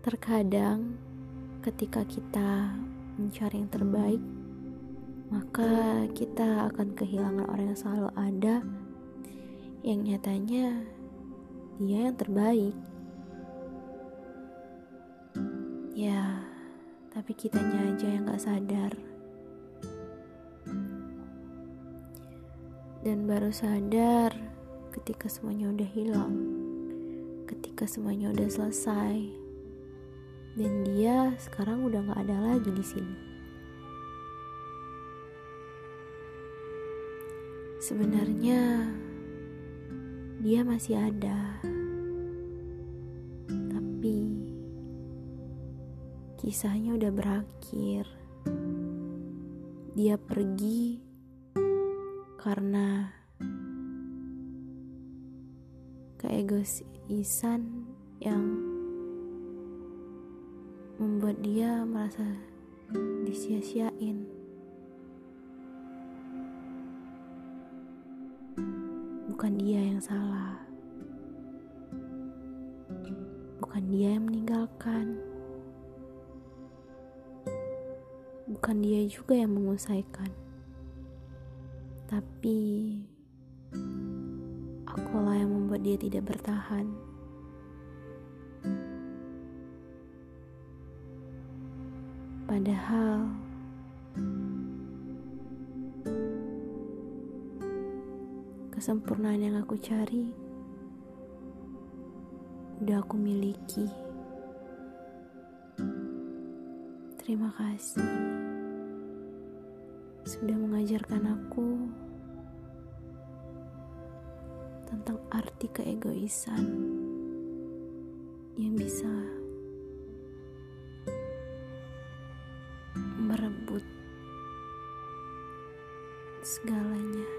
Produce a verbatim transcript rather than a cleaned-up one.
Terkadang ketika kita mencari yang terbaik, maka kita akan kehilangan orang yang selalu ada, yang nyatanya dia yang terbaik. Ya, tapi kitanya aja yang gak sadar. Dan baru sadar ketika semuanya udah hilang, ketika semuanya udah selesai, dan dia sekarang udah gak ada lagi di sini. Sebenarnya dia masih ada, tapi kisahnya udah berakhir. Dia pergi karena keegoisan yang membuat dia merasa disia-siain. Bukan dia yang salah, bukan dia yang meninggalkan, bukan dia juga yang mengusaikan, tapi akulah yang membuat dia tidak bertahan. Padahal kesempurnaan yang aku cari udah aku miliki. Terima kasih sudah mengajarkan aku tentang arti keegoisan yang bisa merebut segalanya.